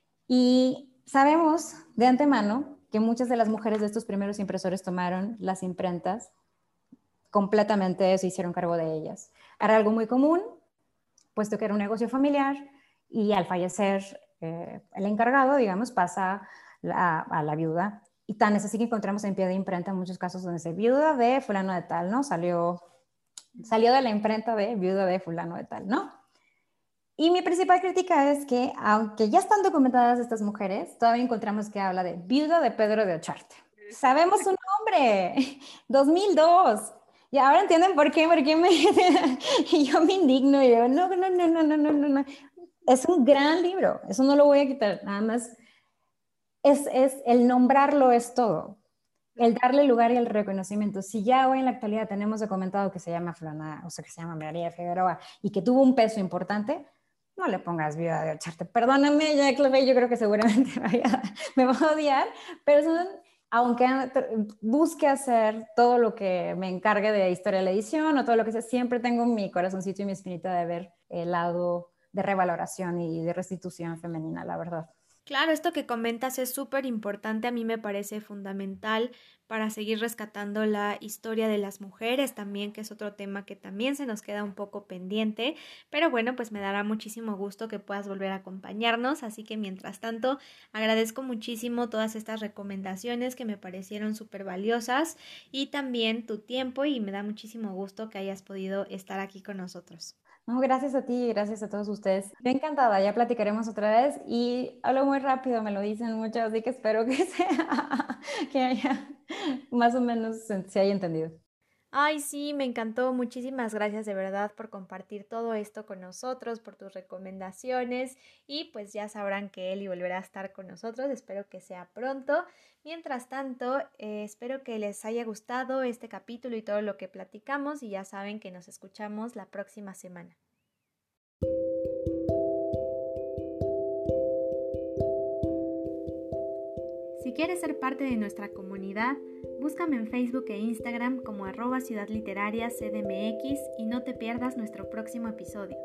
B: Y sabemos de antemano que muchas de las mujeres de estos primeros impresores tomaron las imprentas completamente, se hicieron cargo de ellas. Era algo muy común, puesto que era un negocio familiar, y al fallecer el encargado, digamos, pasa a la viuda. Y tan es así que encontramos en pie de imprenta muchos casos donde dice viuda de fulano de tal, ¿no? Salió de la imprenta de viuda de fulano de tal, ¿no? Y mi principal crítica es que, aunque ya están documentadas estas mujeres, todavía encontramos que habla de viuda de Pedro de Ocharte. Sabemos su nombre, 2002. Y ahora entienden por qué y yo me indigno y digo, no. Es un gran libro, eso no lo voy a quitar, nada más es el nombrarlo es todo, el darle lugar y el reconocimiento. Si ya hoy en la actualidad tenemos documentado que se llama Flana, o sea, que se llama María Figueroa y que tuvo un peso importante, no le pongas viuda de Ocharte. Perdóname, Jack Levey, yo creo que seguramente me va a odiar, pero aunque busque hacer todo lo que me encargue de historia de la edición o todo lo que sea, siempre tengo mi corazoncito y mi espinita de ver el lado de revaloración y de restitución femenina, la verdad.
A: Claro, esto que comentas es súper importante, a mí me parece fundamental para seguir rescatando la historia de las mujeres también, que es otro tema que también se nos queda un poco pendiente, pero bueno, pues me dará muchísimo gusto que puedas volver a acompañarnos, así que mientras tanto agradezco muchísimo todas estas recomendaciones que me parecieron súper valiosas y también tu tiempo y me da muchísimo gusto que hayas podido estar aquí con nosotros.
B: No, gracias a ti, gracias a todos ustedes. Yo encantada, ya platicaremos otra vez y hablo muy rápido, me lo dicen mucho, así que espero que que haya más o menos se haya entendido.
A: Ay, sí, me encantó. Muchísimas gracias de verdad por compartir todo esto con nosotros, por tus recomendaciones y pues ya sabrán que Eli volverá a estar con nosotros. Espero que sea pronto. Mientras tanto, espero que les haya gustado este capítulo y todo lo que platicamos y ya saben que nos escuchamos la próxima semana. Si quieres ser parte de nuestra comunidad, búscame en Facebook e Instagram como @ciudadliterariacdmx y no te pierdas nuestro próximo episodio.